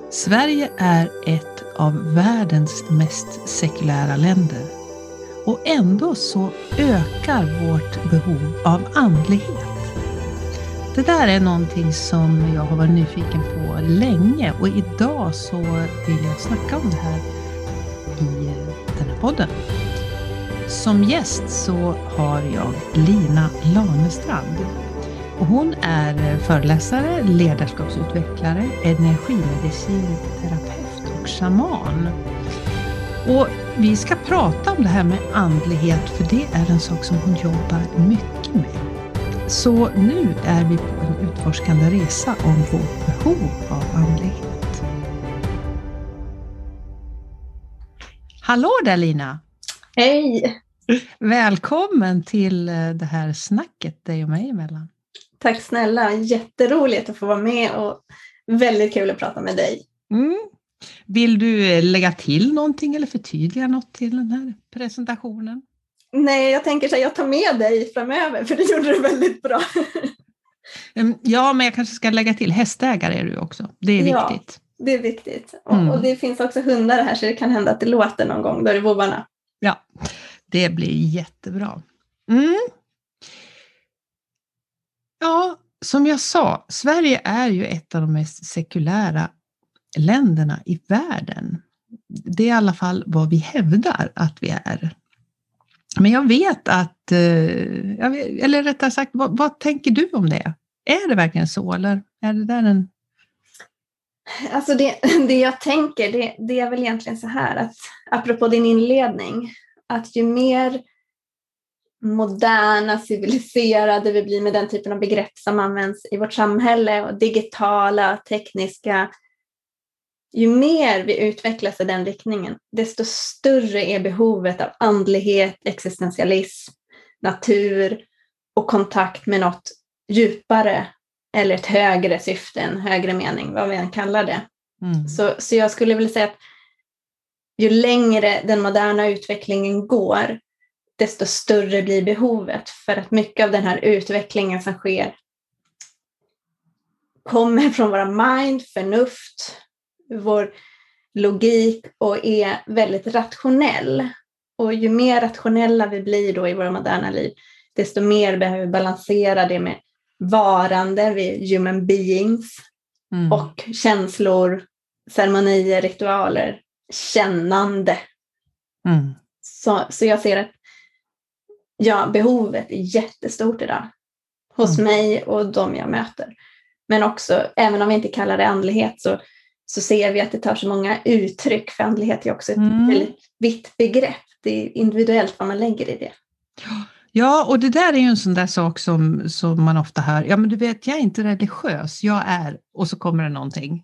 Sverige är ett av världens mest sekulära länder. Och ändå så ökar vårt behov av andlighet. Det där är någonting som jag har varit nyfiken på länge. Och idag så vill jag snacka om det här i den här podden. Som gäst så har jag Lina Lanestrand. Och hon är föreläsare, ledarskapsutvecklare, energimedicinterapeut och shaman. Och vi ska prata om det här med andlighet, för det är en sak som hon jobbar mycket med. Så nu är vi på en utforskande resa om vårt behov av andlighet. Hallå där Lina! Hej! Välkommen till det här snacket dig och mig emellan. Tack snälla, jätteroligt att få vara med och väldigt kul att prata med dig. Vill du lägga till någonting eller förtydliga något till den här presentationen? Nej, jag tänker så här, jag tar med dig framöver, för det gjorde du väldigt bra. Ja, men jag kanske ska lägga till, hästägare är du också. Det är viktigt. Ja, det är viktigt. Och det finns också hundar här, så det kan hända att det låter någon gång då i vovvarna. Ja, det blir jättebra. Ja, som jag sa, Sverige är ju ett av de mest sekulära länderna i världen. Det är i alla fall vad vi hävdar att vi är. Men jag vet att, eller rättare sagt, vad tänker du om det? Är det verkligen så, eller är det där en... Alltså det jag tänker, det är väl egentligen så här, att apropå din inledning, att ju mer moderna, civiliserade vi blir med den typen av begrepp som används i vårt samhälle, och digitala, tekniska, ju mer vi utvecklas i den riktningen, desto större är behovet av andlighet, existentialism, natur och kontakt med något djupare eller ett högre syfte, en högre mening, vad vi än kallar det. Så jag skulle vilja säga att ju längre den moderna utvecklingen går, desto större blir behovet, för att mycket av den här utvecklingen som sker kommer från våra mind, förnuft, vår logik, och är väldigt rationell. Och ju mer rationella vi blir då i våra moderna liv, desto mer behöver vi balansera det med varande, vi human beings, och känslor, ceremonier, ritualer, kännande. Så jag ser att behovet är jättestort idag hos mig och de jag möter. Men också, även om vi inte kallar det andlighet, så ser vi att det tar så många uttryck, för andlighet är också ett väldigt vitt begrepp. Det är individuellt vad man lägger i det. Ja, och det där är ju en sån där sak som man ofta hör. Ja, men du vet, jag är inte religiös, jag är, och så kommer det någonting.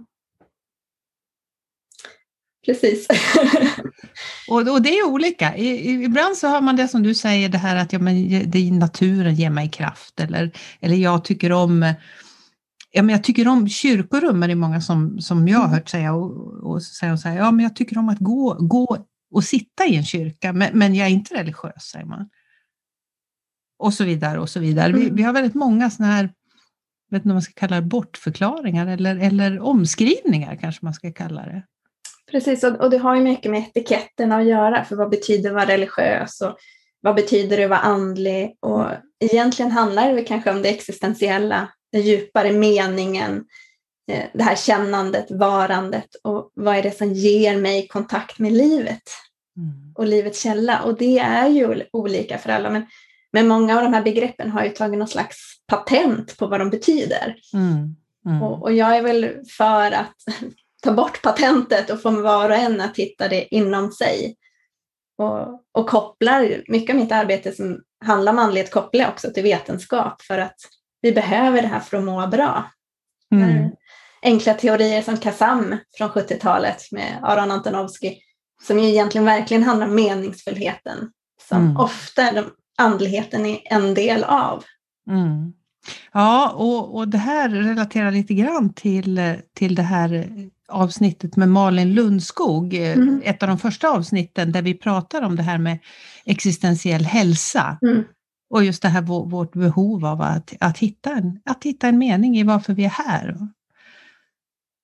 Precis. och det är olika. Ibland så hör man det som du säger, det här att naturen ger mig kraft. Eller jag tycker om... Ja, men jag tycker om kyrkorum, är det många som jag har hört säga. Och säga ja, men jag tycker om att gå och sitta i en kyrka. Men jag är inte religiös, säger man. Och så vidare och så vidare. Vi har väldigt många såna här, vet inte om man ska kalla det bortförklaringar. Eller omskrivningar kanske man ska kalla det. Precis, och det har ju mycket med etiketten att göra. För vad betyder att vara religiös, och vad betyder det att vara andlig? Och egentligen handlar det kanske om det existentiella, den djupare meningen, det här kännandet, varandet, och vad är det som ger mig kontakt med livet och livets källa. Och det är ju olika för alla, men många av de här begreppen har ju tagit någon slags patent på vad de betyder. Och jag är väl för att ta bort patentet och få var och en att hitta det inom sig. Och kopplar mycket av mitt arbete som handlar om andlighet, kopplar också till vetenskap, för att vi behöver det här för att må bra. Enkla teorier som Kazam från 70-talet med Aron Antonovsky, som ju egentligen verkligen handlar om meningsfullheten, som ofta andligheten är en del av. Ja, och det här relaterar lite grann till det här avsnittet med Malin Lundskog, ett av de första avsnitten där vi pratar om det här med existentiell hälsa. Och just det här vårt behov av att hitta en mening i varför vi är här.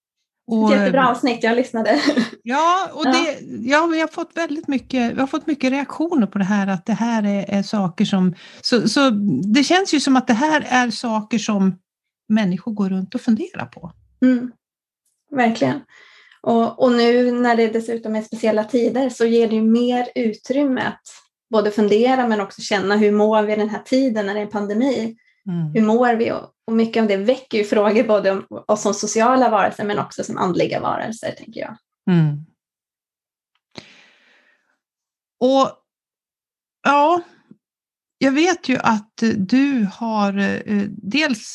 Ett jättebra avsnitt, jag lyssnade. Ja, och vi har fått vi har fått mycket reaktioner på det här, att det här är saker som, så det känns ju som att det här är saker som människor går runt och funderar på. Verkligen. Och nu när det dessutom är speciella tider så ger det ju mer utrymme att både fundera men också känna hur mår vi den här tiden när det är pandemi. Hur mår vi? Och mycket av det väcker ju frågor både om oss som sociala varelser men också som andliga varelser, tänker jag. Och ja, jag vet ju att du har dels,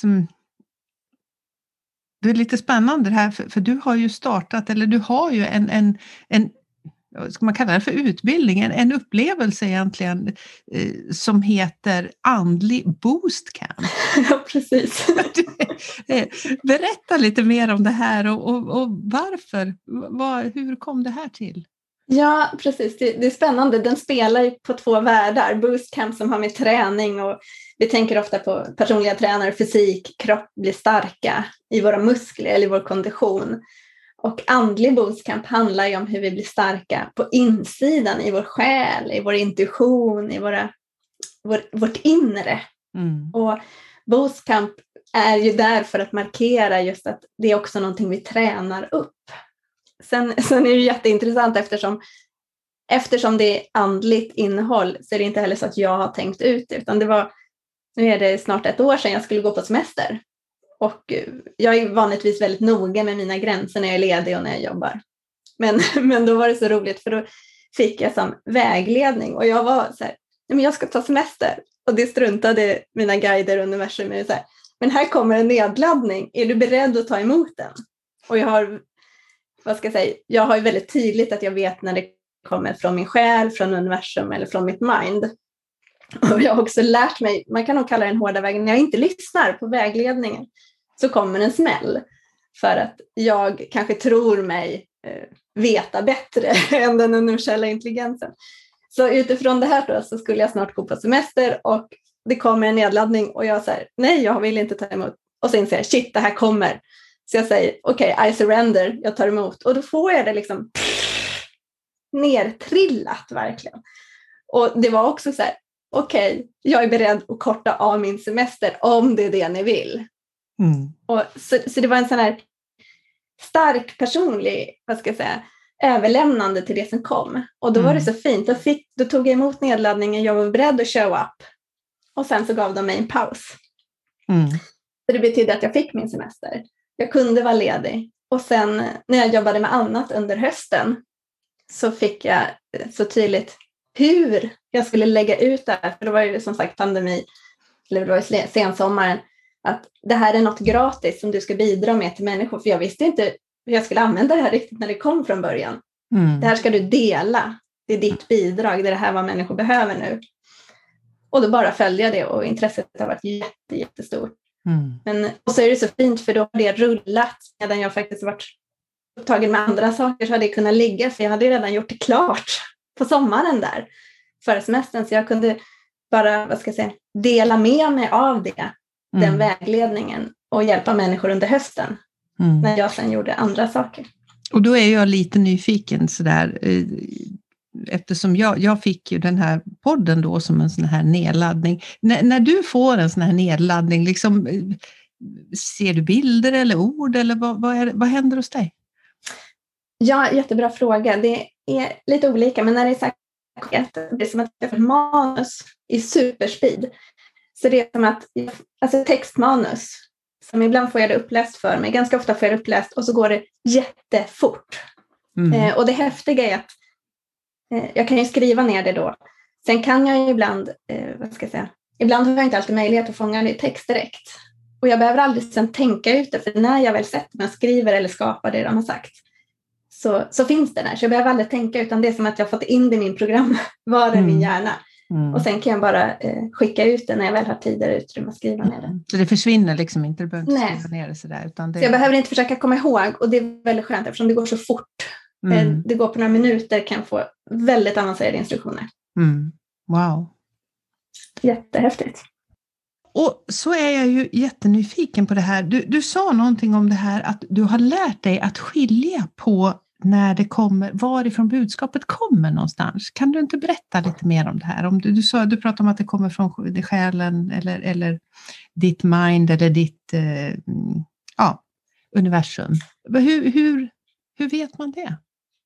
det är lite spännande det här, för du har ju startat, eller du har ju en ska man kalla det för utbildning, en upplevelse egentligen som heter andlig boostcamp. Ja, precis. Berätta lite mer om det här och varför, hur kom det här till? Ja, precis. Det är spännande. Den spelar ju på två världar. Boostcamp som har med träning, och vi tänker ofta på personliga tränare, fysik, kropp blir starka i våra muskler eller i vår kondition. Och andlig boostcamp handlar ju om hur vi blir starka på insidan, i vår själ, i vår intuition, i vårt inre. Och boostcamp är ju där för att markera just att det är också någonting vi tränar upp. Sen är det ju jätteintressant eftersom det är andligt innehåll, så är det inte heller så att jag har tänkt ut det, utan nu är det snart 1 år sedan jag skulle gå på semester. Och jag är vanligtvis väldigt noga med mina gränser när jag är ledig och när jag jobbar. Men då var det så roligt, för då fick jag som vägledning och jag var så här, men jag ska ta semester. Och det struntade mina guider universum med. Så här, men här kommer en nedladdning, är du beredd att ta emot den? Och jag har ju väldigt tydligt att jag vet när det kommer från min själ, från universum eller från mitt mind. Och jag har också lärt mig, man kan nog kalla den hårda vägen, när jag inte lyssnar på vägledningen så kommer en smäll. För att jag kanske tror mig veta bättre än den universella intelligensen. Så utifrån det här då, så skulle jag snart gå på semester och det kommer en nedladdning och jag säger nej, jag vill inte ta emot. Och sen säger jag shit, det här kommer. Så jag säger okej, I surrender, jag tar emot. Och då får jag det liksom nertrillat verkligen. Och det var också så här, okej, jag är beredd att korta av min semester om det är det ni vill. Och så det var en sån här stark personlig, överlämnande till det som kom. Och då var det så fint. Då tog jag emot nedladdningen, jag var beredd att show up. Och sen så gav de mig en paus. Så det betydde att jag fick min semester. Jag kunde vara ledig. Och sen när jag jobbade med annat under hösten så fick jag så tydligt hur jag skulle lägga ut det här. För det var ju som sagt pandemi, eller det var ju sensommaren, att det här är något gratis som du ska bidra med till människor. För jag visste inte hur jag skulle använda det här riktigt när det kom från början. Det här ska du dela. Det är ditt bidrag. Det är det här vad människor behöver nu. Och då bara följde jag det och intresset har varit jättestort. Men och så är det så fint för då har det rullat. Medan jag faktiskt varit upptagen med andra saker så hade jag kunnat ligga. För jag hade redan gjort det klart på sommaren där. Före semestern. Så jag kunde bara, dela med mig av det. Den vägledningen. Och hjälpa människor under hösten. När jag sen gjorde andra saker. Och då är jag lite nyfiken sådär. Eftersom jag fick ju den här podden då som en sån här nedladdning. När du får en sån här nedladdning, liksom, ser du bilder eller ord eller vad händer hos dig? Ja, jättebra fråga. Det är lite olika, men när det är sagt, det är som att jag får manus i superspeed. Så det är som att, textmanus, som ibland får jag det uppläst för mig. Ganska ofta får jag det uppläst och så går det jättefort. Och det häftiga är att jag kan ju skriva ner det då. Sen kan jag ibland, ibland har jag inte alltid möjlighet att fånga det i text direkt. Och jag behöver aldrig sen tänka ut det, för när jag väl sätter mig och skriver eller skapar det de har sagt, så finns det där. Så jag behöver aldrig tänka, utan det är som att jag fått in det i min programvara i min hjärna. Och sen kan jag bara skicka ut det när jag väl har tid eller utrymme att skriva ner det. Så det försvinner liksom inte, du behöver inte skriva ner det sådär. Utan det... Så jag behöver inte försöka komma ihåg, och det är väldigt skönt eftersom det går så fort. Det går på några minuter, kan få väldigt avancerade instruktioner. Wow. Jättehäftigt. Och så är jag ju jättenyfiken på det här. Du sa någonting om det här att du har lärt dig att skilja på när det kommer, varifrån budskapet kommer någonstans. Kan du inte berätta lite mer om det här? Om du pratade om att det kommer från själen eller ditt mind eller ditt universum. Hur vet man det?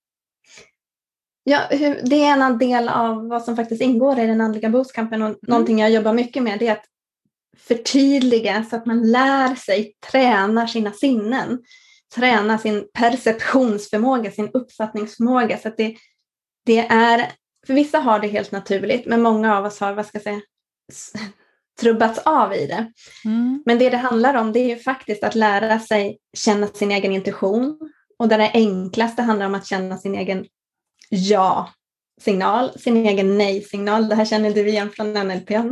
Ja, det är en del av vad som faktiskt ingår i den andliga bootcampen, och någonting jag jobbar mycket med, det är att förtydliga så att man lär sig, tränar sina sinnen, tränar sin perceptionsförmåga, sin uppfattningsförmåga, så att det är, för vissa har det helt naturligt, men många av oss har, trubbats av i det. Men det handlar om, det är ju faktiskt att lära sig känna sin egen intuition, och det enklaste handlar om att känna sin egen ja-signal, sin egen nej-signal. Det här känner du igen från NLP:n.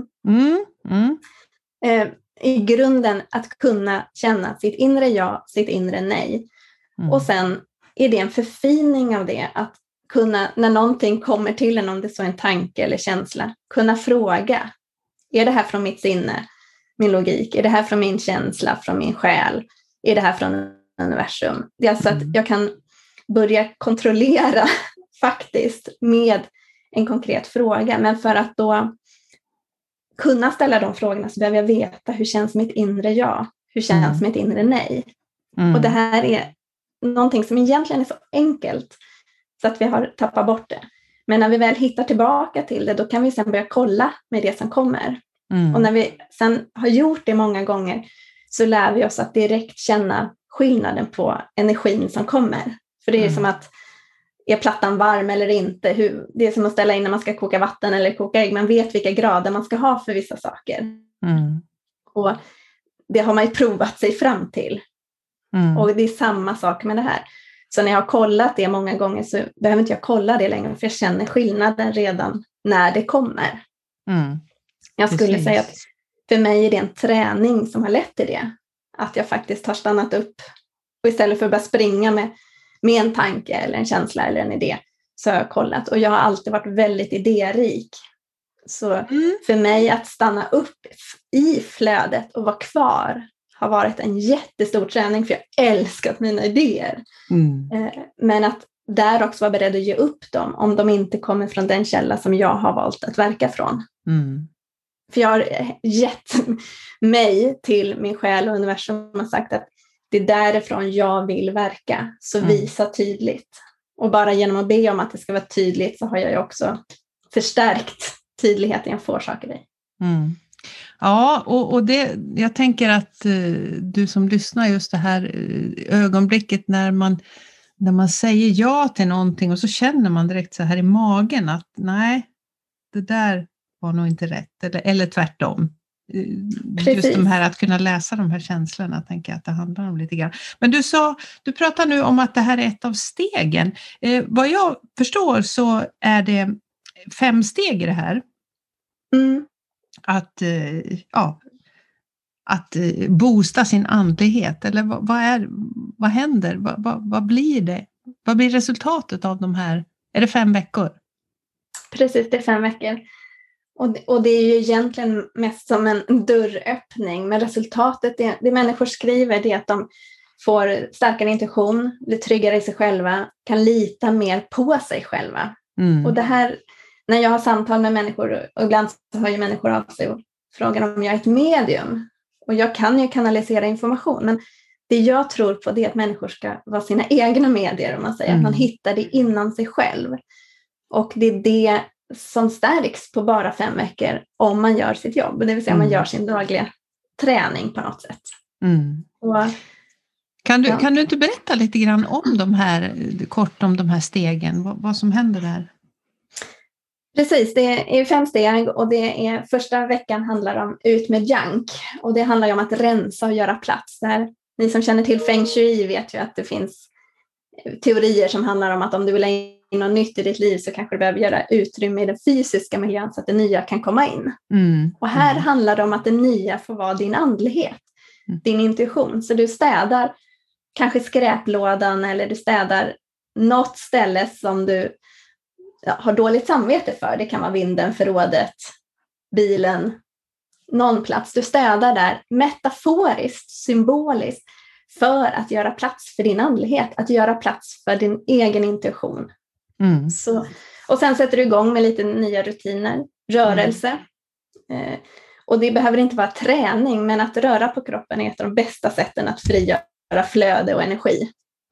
I grunden att kunna känna sitt inre ja, sitt inre nej. Och sen är det en förfining av det, att kunna, när någonting kommer till en, om det så är en tanke eller känsla, kunna fråga: är det här från mitt sinne, min logik? Är det här från min känsla, från min själ? Är det här från universum? Det är alltså att jag kan börja kontrollera faktiskt med en konkret fråga. Men för att då kunna ställa de frågorna så behöver jag veta: hur känns mitt inre ja? Hur känns mitt inre nej? Och det här är någonting som egentligen är så enkelt så att vi har tappat bort det. Men när vi väl hittar tillbaka till det, då kan vi sen börja kolla med det som kommer. Och när vi sen har gjort det många gånger, så lär vi oss att direkt känna skillnaden på energin som kommer. För det är som att, är plattan varm eller inte? Det är som att ställa in när man ska koka vatten eller koka ägg. Man vet vilka grader man ska ha för vissa saker. Och det har man ju provat sig fram till. Och det är samma sak med det här. Så när jag har kollat det många gånger, så behöver inte jag kolla det längre, för jag känner skillnaden redan när det kommer. Jag skulle säga att för mig är det en träning som har lett till det. Att jag faktiskt har stannat upp, och istället för att bara springa med en tanke eller en känsla eller en idé, så har jag kollat. Och jag har alltid varit väldigt idérik. Så för mig att stanna upp i flödet och vara kvar har varit en jättestor träning, för jag älskat mina idéer. Men att där också vara beredd att ge upp dem om de inte kommer från den källa som jag har valt att verka från. För jag har gett mig till min själ, och universum har sagt att det är därifrån jag vill verka. Så visa tydligt. Och bara genom att be om att det ska vara tydligt, så har jag ju också förstärkt tydligheten jag får saker i. Ja, och det, jag tänker att du som lyssnar, just det här ögonblicket när man säger ja till någonting, och så känner man direkt så här i magen att nej, det där var nog inte rätt, eller tvärtom. Precis. Just de här, att kunna läsa de här känslorna, tänker jag att det handlar om lite grann. Men du pratar nu om att det här är ett av stegen. Vad jag förstår så är det 5 steg i det här. Att boosta sin andlighet, eller vad händer? Vad blir det? Vad blir resultatet av de här? Är det 5 veckor? Precis, det är 5 veckor. Och det är ju egentligen mest som en dörröppning. Men resultatet, det människor skriver, det är att de får starkare intuition, blir tryggare i sig själva, kan lita mer på sig själva. Och det här, när jag har samtal med människor, och ibland så hör ju människor av sig och frågar om jag är ett medium. Och jag kan ju kanalisera information, men det jag tror på, det är att människor ska vara sina egna medier, om man säger. Att man hittar det inom sig själv. Och det är det som stärks på bara 5 veckor om man gör sitt jobb. Det vill säga man gör sin dagliga träning på något sätt. Och, kan du inte berätta lite grann om de här, kort om de här stegen? Vad som händer där? Precis, det är 5 steg, och det är, första veckan handlar om ut med junk. Och det handlar ju om att rensa och göra plats. Där, ni som känner till Feng Shui vet ju att det finns teorier som handlar om att om du vill ha in något nytt i ditt liv, så kanske du behöver göra utrymme i den fysiska miljön så att det nya kan komma in. Och här handlar det om att det nya får vara din andlighet, din intuition. Så du städar kanske skräplådan, eller du städar något ställe som du har dåligt samvete för. Det kan vara vinden, förrådet, bilen, någon plats. Du städar där metaforiskt, symboliskt, för att göra plats för din andlighet, att göra plats för din egen intuition. Så, och sen sätter du igång med lite nya rutiner, rörelse. Och det behöver inte vara träning, men att röra på kroppen är ett av de bästa sätten att frigöra flöde och energi.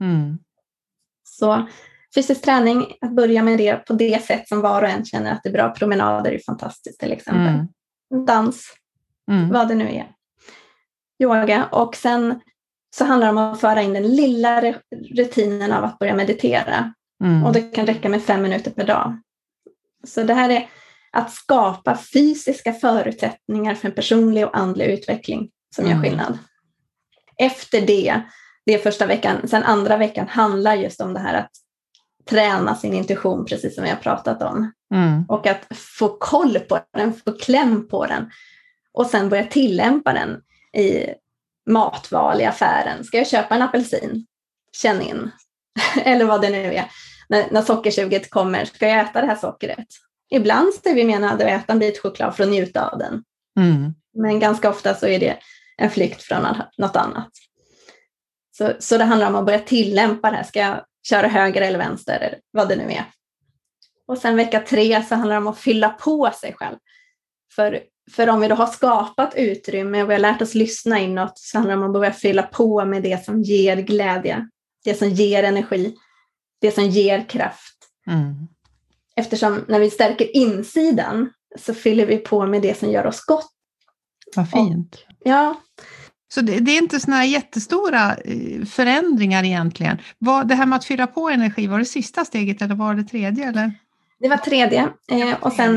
Så fysisk träning, att börja med det på det sätt som var och en känner att det är bra. Promenader är fantastiskt till exempel. Dans, vad det nu är. Yoga. Och sen så handlar det om att föra in den lilla rutinen av att börja meditera. Och det kan räcka med 5 minuter per dag. Så det här är att skapa fysiska förutsättningar för en personlig och andlig utveckling som gör skillnad. Efter det är första veckan. Sen andra veckan handlar just om det här att träna sin intuition, precis som vi har pratat om. Och att få koll på den, få kläm på den. Och sen börja tillämpa den i matval i affären. Ska jag köpa en apelsin? Känn in. Eller vad det nu är. När sockersuget kommer, ska jag äta det här sockret? Ibland är vi menade att äta en bit choklad för att njuta av den. Men ganska ofta så är det en flykt från något annat. Så det handlar om att börja tillämpa det här. Ska jag köra höger eller vänster eller vad det nu är. Och sen vecka 3 så handlar det om att fylla på sig själv. För om vi då har skapat utrymme och vi har lärt oss lyssna inåt, så handlar det om att börja fylla på med det som ger glädje. Det som ger energi. Det som ger kraft. Eftersom när vi stärker insidan så fyller vi på med det som gör oss gott. Vad fint. Ja. Så det är inte såna här jättestora förändringar egentligen. Det här med att fylla på energi, var det sista steget eller var det tredje? Eller? Det var tredje. Och sen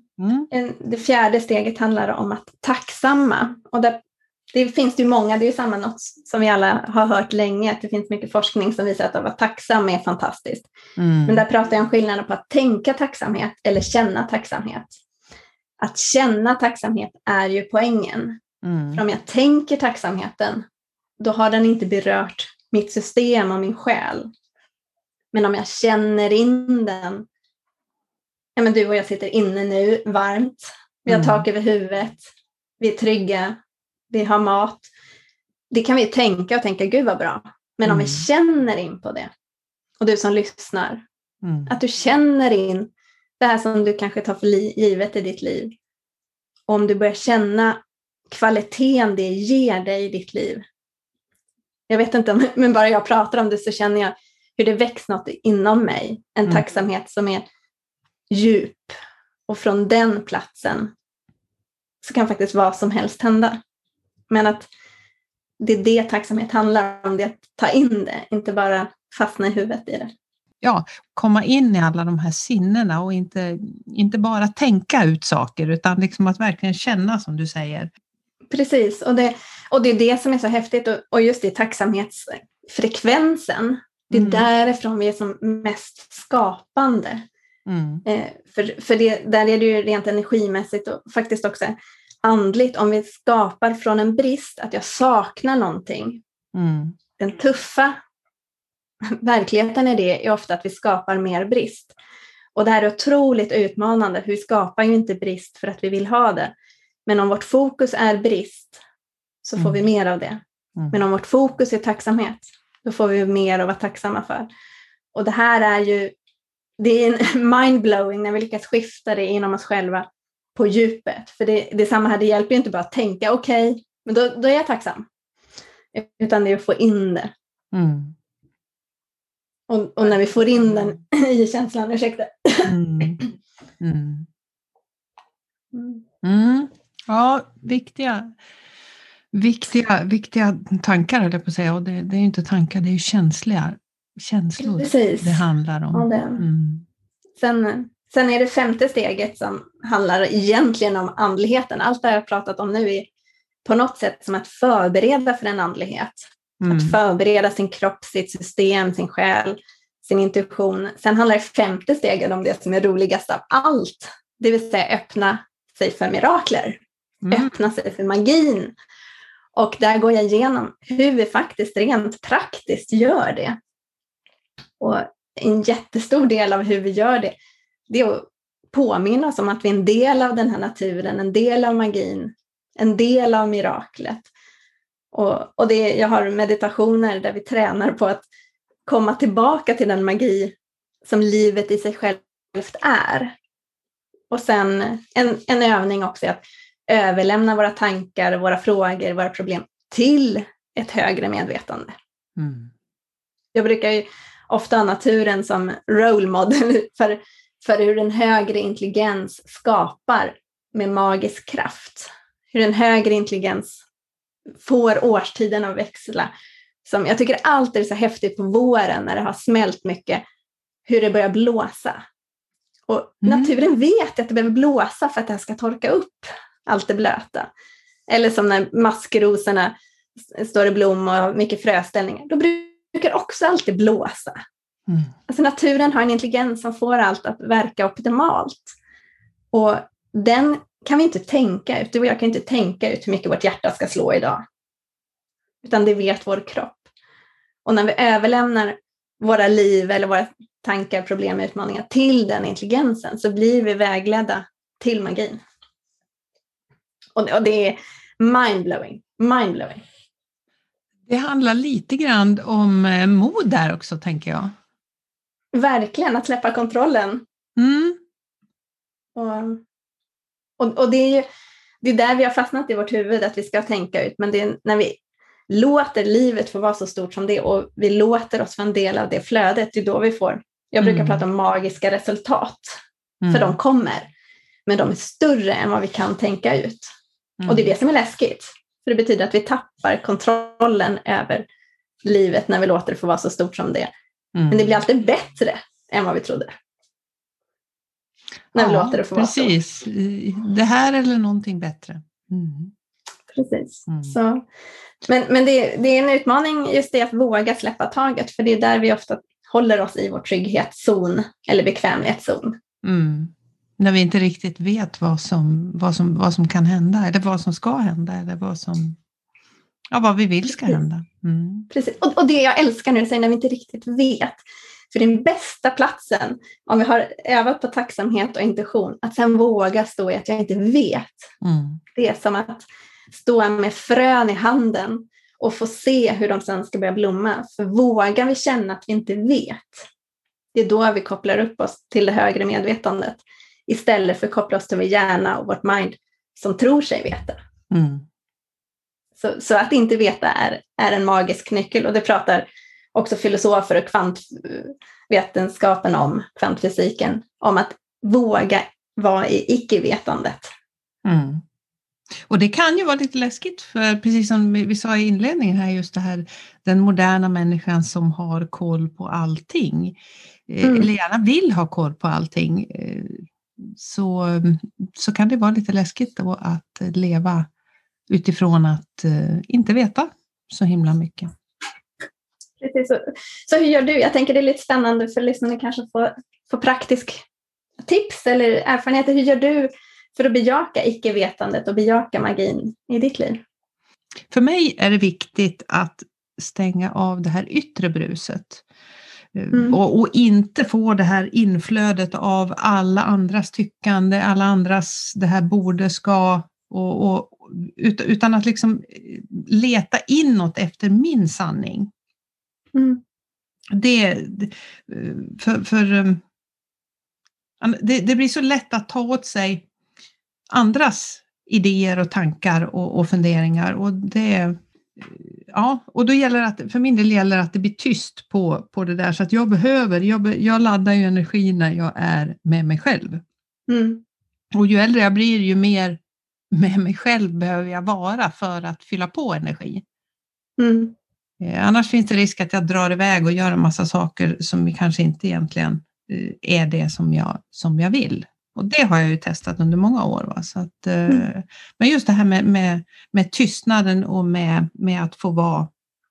det fjärde steget handlar om att tacksamma. Och det finns ju många, det är ju samma något som vi alla har hört länge. Att det finns mycket forskning som visar att vara tacksam är fantastiskt. Men där pratar jag om skillnaden på att tänka tacksamhet eller känna tacksamhet. Att känna tacksamhet är ju poängen. För om jag tänker tacksamheten, då har den inte berört mitt system och min själ. Men om jag känner in den, ja men du och jag sitter inne nu, varmt, vi har tak över huvudet, vi är trygga, vi har mat. Det kan vi tänka och tänka, gud vad bra. Men om vi känner in på det, och du som lyssnar, att du känner in det här som du kanske tar för givet i ditt liv. Och om du börjar känna kvaliteten det ger dig i ditt liv. Jag vet inte, men bara jag pratar om det så känner jag hur det väcks något inom mig. En tacksamhet som är djup. Och från den platsen så kan faktiskt vad som helst hända. Men att det är det tacksamhet handlar om, det att ta in det, inte bara fastna i huvudet i det. Ja, komma in i alla de här sinnena och inte bara tänka ut saker utan liksom att verkligen känna som du säger. Precis, och det är det som är så häftigt och just i tacksamhetsfrekvensen, det är därifrån vi är som mest skapande. För där är det ju rent energimässigt och faktiskt också andligt, om vi skapar från en brist, att jag saknar någonting. Den tuffa verkligheten är ofta att vi skapar mer brist. Och det här är otroligt utmanande, för vi skapar ju inte brist för att vi vill ha det. Men om vårt fokus är brist så får vi mer av det. Men om vårt fokus är tacksamhet, då får vi mer att vara tacksamma för. Och det här är ju, det är en mindblowing när vi lyckas skifta det inom oss själva på djupet. För det är samma här, det hjälper ju inte bara att tänka okej, men då är jag tacksam. Utan det är att få in det. Och när vi får in den i känslan, ursäkta. Ja, viktiga tankar eller på att säga. Och det är ju inte tankar, det är ju känslor. Precis. Det handlar om. Ja, Sen är det 5:e steget som handlar egentligen om andligheten. Allt det jag har pratat om nu är på något sätt som att förbereda för en andlighet. Att förbereda sin kropp, sitt system, sin själ, sin intuition. Sen handlar det 5:e steget om det som är roligast av allt. Det vill säga öppna sig för mirakler. Öppna sig för magin. Och där går jag igenom hur vi faktiskt rent praktiskt gör det. Och en jättestor del av hur vi gör det, det är att påminna oss om att vi är en del av den här naturen, en del av magin. en del av miraklet. Och jag har meditationer där vi tränar på att komma tillbaka till den magi som livet i sig självt är. Och sen en övning också är att överlämna våra tankar, våra frågor, våra problem till ett högre medvetande. Mm. Jag brukar ju ofta ha naturen som role model för hur en högre intelligens skapar med magisk kraft. Hur en högre intelligens får årstiden att växla. Som jag tycker alltid är så häftigt på våren när det har smält mycket, hur det börjar blåsa. Och naturen vet att det behöver blåsa för att det här ska torka upp allt det blöta. Eller som när maskrosorna står i blom och har mycket fröställningar. Då brukar också alltid blåsa. Mm. Alltså naturen har en intelligens som får allt att verka optimalt. Och den kan vi inte tänka ut. Du och jag kan inte tänka ut hur mycket vårt hjärta ska slå idag. Utan det vet vår kropp. Och när vi överlämnar våra liv eller våra tankar, problem, utmaningar till den intelligensen så blir vi vägledda till magin. Och det är mindblowing. Mindblowing. Det handlar lite grann om mod där också, tänker jag. Verkligen, att släppa kontrollen. Mm. Och det är där vi har fastnat i vårt huvud, att vi ska tänka ut. Men det är när vi låter livet få vara så stort som det och vi låter oss vara en del av det flödet, det är då vi får. Jag brukar prata om magiska resultat. För de kommer. Men de är större än vad vi kan tänka ut. Och det är det som är läskigt. För det betyder att vi tappar kontrollen över livet när vi låter det få vara så stort som det. Men det blir alltid bättre än vad vi trodde. När vi låter det få vara stort. Precis. Det här eller någonting bättre. Precis. Så, men det är en utmaning just det att våga släppa taget. För det är där vi ofta håller oss i vår trygghetszon eller bekvämlighetszon. När vi inte riktigt vet vad som kan hända eller vad som ska hända eller vad vi vill ska hända. Precis. Och det jag älskar nu är när vi inte riktigt vet. För den bästa platsen, om vi har övat på tacksamhet och intuition, att sen våga stå i att jag inte vet. Det är som att stå med frön i handen och få se hur de sen ska börja blomma. För vågar vi känna att vi inte vet, det är då vi kopplar upp oss till det högre medvetandet. Istället för att koppla oss till vår hjärna och vårt mind som tror sig veta. Så att inte veta är en magisk nyckel. Och det pratar också filosofer och kvantvetenskapen om, kvantfysiken, om att våga vara i icke-vetandet. Och det kan ju vara lite läskigt, för precis som vi sa i inledningen här, just det här, den moderna människan som har koll på allting, eller gärna vill ha koll på allting, så kan det vara lite läskigt då att leva utifrån att inte veta så himla mycket. Precis. Så hur gör du? Jag tänker det är lite spännande för lyssnarna kanske få praktisk tips eller erfarenheter. Hur gör du för att bejaka icke-vetandet och bejaka magin i ditt liv? För mig är det viktigt att stänga av det här yttre bruset. Och inte få det här inflödet av alla andras tyckande, alla andras det här borde ska, utan att liksom leta inåt efter min sanning. Det blir så lätt att ta åt sig andras idéer och tankar och funderingar, och då gäller att, för min del gäller att det blir tyst på det där, så att jag laddar ju energi när jag är med mig själv. Och ju äldre jag blir, ju mer med mig själv behöver jag vara för att fylla på energi. Annars finns det risk att jag drar iväg och gör en massa saker som kanske inte egentligen är det som jag vill. Och det har jag ju testat under många år. Va? Så att, men just det här med tystnaden och med att få vara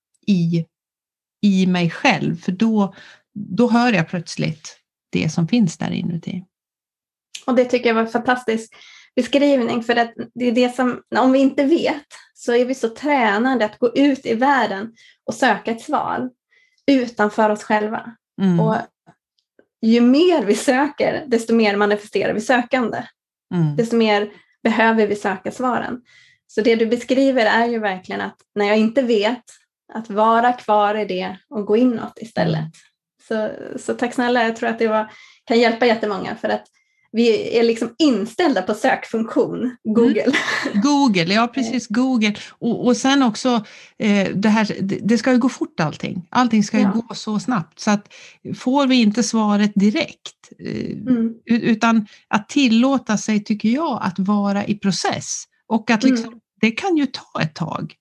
i mig själv. För då hör jag plötsligt det som finns där inuti. Och det tycker jag var en fantastisk beskrivning. För att det är det som, om vi inte vet, så är vi så tränade att gå ut i världen och söka ett svar utanför oss själva. Och ju mer vi söker, desto mer manifesterar vi sökande. Desto mer behöver vi söka svaren. Så det du beskriver är ju verkligen att när jag inte vet, att vara kvar i det och gå inåt istället. Så tack snälla, jag tror att det kan hjälpa jättemånga, för att vi är liksom inställda på sökfunktion, Google. Google, ja precis, Google. Och sen också, det ska ju gå fort allting. Allting ska ju gå så snabbt. Så att får vi inte svaret direkt, utan att tillåta sig, tycker jag, att vara i process. Och att liksom, det kan ju ta ett tag.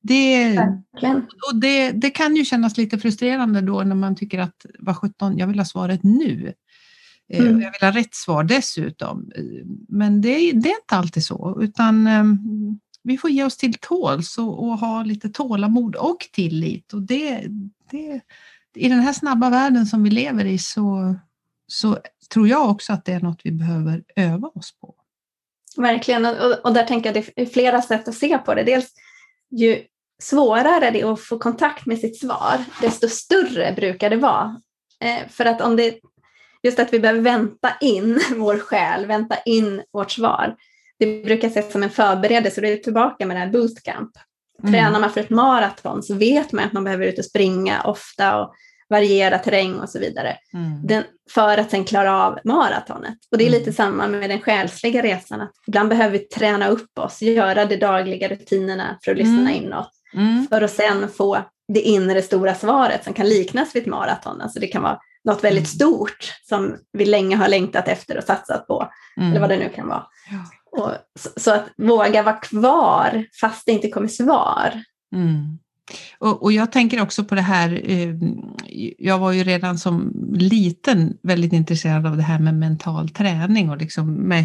Det kan ju kännas lite frustrerande då när man tycker att, vad 17, jag vill ha svaret nu. Jag vill ha rätt svar dessutom. Men det är inte alltid så, utan vi får ge oss till tåls och ha lite tålamod och tillit. Och det i den här snabba världen som vi lever i, så tror jag också att det är något vi behöver öva oss på. Verkligen, och där tänker jag att det är flera sätt att se på det. Dels, ju svårare det är att få kontakt med sitt svar, desto större brukar det vara. För att om det just att vi behöver vänta in vår själ, vänta in vårt svar. Det brukar ses som en förberedelse, och det är tillbaka med det här bootcamp. Tränar man för ett maraton så vet man att man behöver ut och springa ofta och variera terräng och så vidare. För att sen klara av maratonet. Och det är lite samma med den själsliga resan. Att ibland behöver vi träna upp oss, göra de dagliga rutinerna för att lyssna inåt. För att sen få det inre stora svaret som kan liknas vid ett maraton. Alltså det kan vara något väldigt stort som vi länge har längtat efter och satsat på. Eller vad det nu kan vara. Och så att våga vara kvar fast det inte kommer svar. Och jag tänker också på det här, jag var ju redan som liten väldigt intresserad av det här med mental träning och liksom med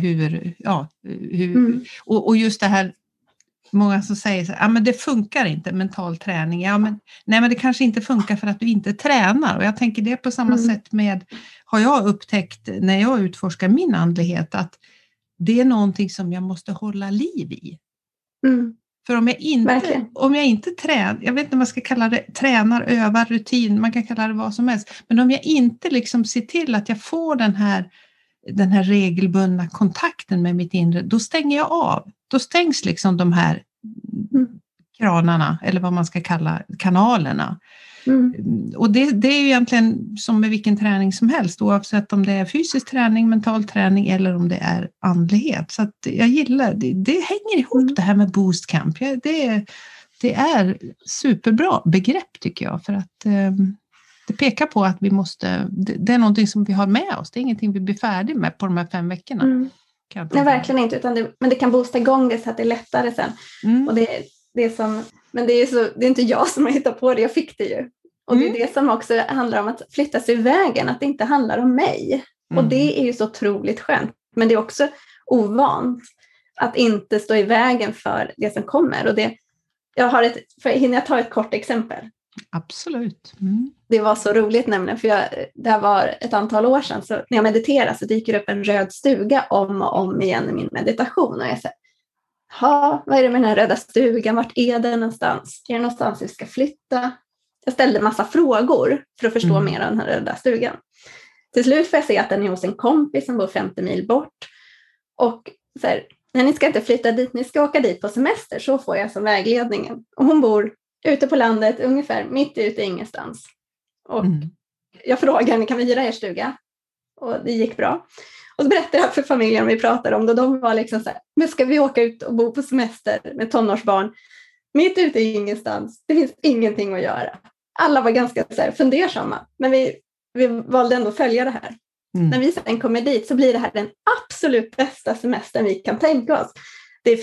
och just det här, många som säger så här, men det funkar inte mental träning. Nej, men det kanske inte funkar för att du inte tränar. Och jag tänker det på samma sätt med, har jag upptäckt när jag utforskar min andlighet, att det är någonting som jag måste hålla liv i. För om jag inte tränar, jag vet inte vad man ska kalla det, tränar, övar, rutin, man kan kalla det vad som helst. Men om jag inte liksom ser till att jag får den här regelbundna kontakten med mitt inre, då stänger jag av. Då stängs liksom de här kranarna, eller vad man ska kalla kanalerna. Och det är ju egentligen som med vilken träning som helst, oavsett om det är fysisk träning, mental träning eller om det är andlighet. Så att jag gillar, det hänger ihop det här med bootcamp. Det är superbra begrepp tycker jag, för att det pekar på att vi måste, det är någonting som vi har med oss. Det är ingenting vi blir färdiga med på de här 5 veckorna. Nej, verkligen inte, men det kan boosta igång det så att det är lättare sen. Och men det är inte jag som har hittat på det, jag fick det ju. Och det är det som också handlar om att flytta sig i vägen, att det inte handlar om mig. Och det är ju så otroligt skönt. Men det är också ovant att inte stå i vägen för det som kommer. Och hinner jag ta ett kort exempel? Absolut. Det var så roligt nämligen, för det var ett antal år sedan, så när jag mediterar så dyker det upp en röd stuga om och om igen i min meditation. Och jag säger, vad är det med den här röda stugan? Vart är den någonstans? Är det någonstans vi ska flytta? Jag ställde massa frågor för att förstå mer av den här röda stugan. Till slut får jag se att den är hos en kompis som bor 50 mil bort. Och så här, nej, ni ska inte flytta dit, ni ska åka dit på semester, så får jag som vägledningen. Och hon bor ute på landet, ungefär mitt ute ingenstans. Och jag frågade henne, kan vi hyra er stuga? Och det gick bra. Och så berättade jag för familjen vi pratade om det. De var liksom så här, men ska vi åka ut och bo på semester med tonårsbarn? Mitt ute i ingenstans. Det finns ingenting att göra. Alla var ganska så här fundersamma. Men vi valde ändå att följa det här. När vi sen kommer dit så blir det här den absolut bästa semestern vi kan tänka oss. Det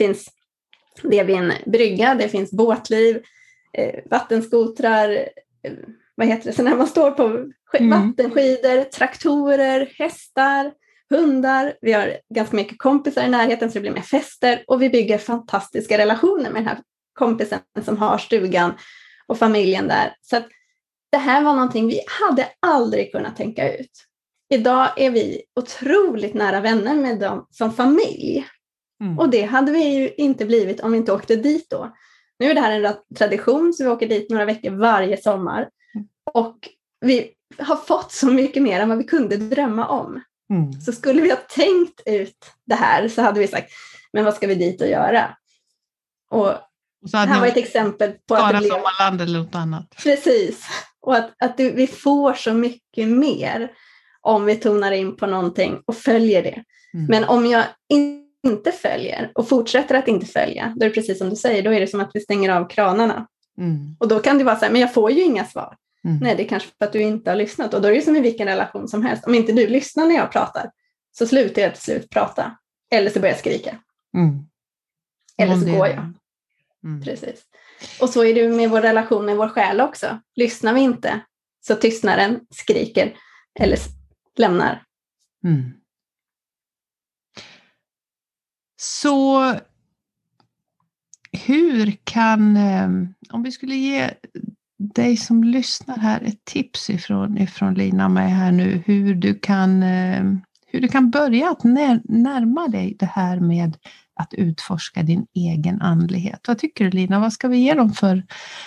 är vid en brygga, det finns båtliv, vattenskotrar, vad heter det? Så när man står på vattenskidor, traktorer, hästar, hundar. Vi har ganska mycket kompisar i närheten så det blir mer fester. Och vi bygger fantastiska relationer med den här kompisen som har stugan och familjen där. Så att det här var någonting vi hade aldrig kunnat tänka ut. Idag är vi otroligt nära vänner med dem som familj. Och det hade vi ju inte blivit om vi inte åkte dit då. Nu är det här en tradition så vi åker dit några veckor varje sommar. Och vi har fått så mycket mer än vad vi kunde drömma om. Så skulle vi ha tänkt ut det här så hade vi sagt, men vad ska vi dit och göra? Och så här var ett exempel på att det blev... Sommarland eller något annat. Precis. Och vi får så mycket mer om vi tonar in på någonting och följer det. Men om jag inte följer och fortsätter att inte följa, då är det precis som du säger, då är det som att vi stänger av kranarna. Och då kan det vara så här, men jag får ju inga svar. Nej, det är kanske för att du inte har lyssnat. Och då är det som i vilken relation som helst. Om inte du lyssnar när jag pratar, så slutar jag till slut prata. Eller så börjar jag skrika. Eller så går jag. Precis. Och så är det med vår relation med vår själ också. Lyssnar vi inte, så tystnar den, skriker eller lämnar. Så hur kan, om vi skulle ge dig som lyssnar här ett tips ifrån Lina och mig här nu, hur du kan börja att närma dig det här med att utforska din egen andlighet. Vad tycker du, Lina? Vad ska vi ge dem för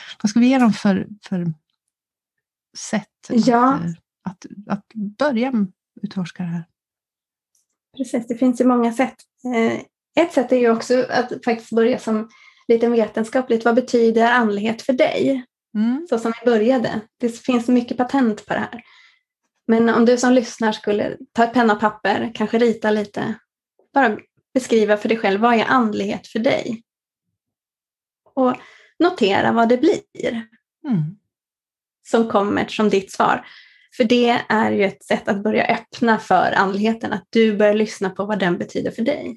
sätt att börja utforska det här? Precis, det finns ju många sätt. Ett sätt är ju också att faktiskt börja som lite vetenskapligt. Vad betyder andlighet för dig? Så som vi började. Det finns mycket patent på det här. Men om du som lyssnar skulle ta ett penna och papper, kanske rita lite, bara beskriva för dig själv, vad är andlighet för dig? Och notera vad det blir som kommer som ditt svar. För det är ju ett sätt att börja öppna för andligheten, att du börjar lyssna på vad den betyder för dig.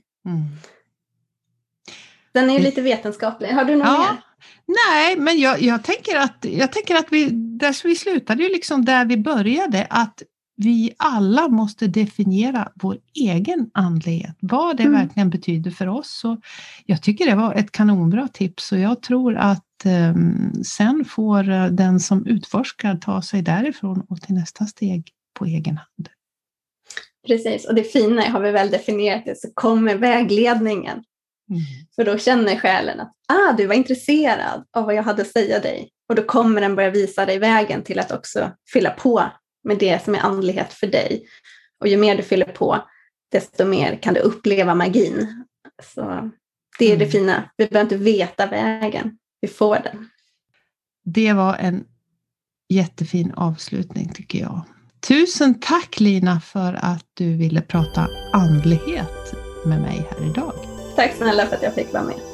Den är ju lite vetenskaplig. Har du något mer? Nej, men jag tänker att vi slutade ju liksom där vi började, att vi alla måste definiera vår egen andlighet, vad det verkligen betyder för oss. Så jag tycker det var ett kanonbra tips, och jag tror att sen får den som utforskar ta sig därifrån och till nästa steg på egen hand. Precis, och det fina har vi väl definierat det, så kommer vägledningen. För då känner själen att du var intresserad av vad jag hade att säga dig. Och då kommer den börja visa dig vägen till att också fylla på med det som är andlighet för dig. Och ju mer du fyller på, desto mer kan du uppleva magin. Så det är det fina. Vi behöver inte veta vägen. Vi får den. Det var en jättefin avslutning, tycker jag. Tusen tack, Lina, för att du ville prata andlighet med mig här idag. Tack snälla för att jag fick vara med.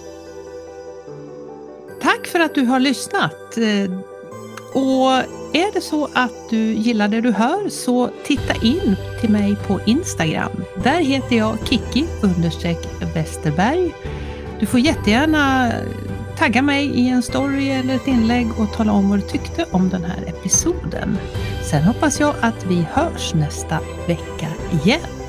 Tack för att du har lyssnat. Och är det så att du gillar det du hör, så titta in till mig på Instagram. Där heter jag Kiki_Westerberg. Du får jättegärna tagga mig i en story eller ett inlägg och tala om vad du tyckte om den här episoden. Sen hoppas jag att vi hörs nästa vecka igen.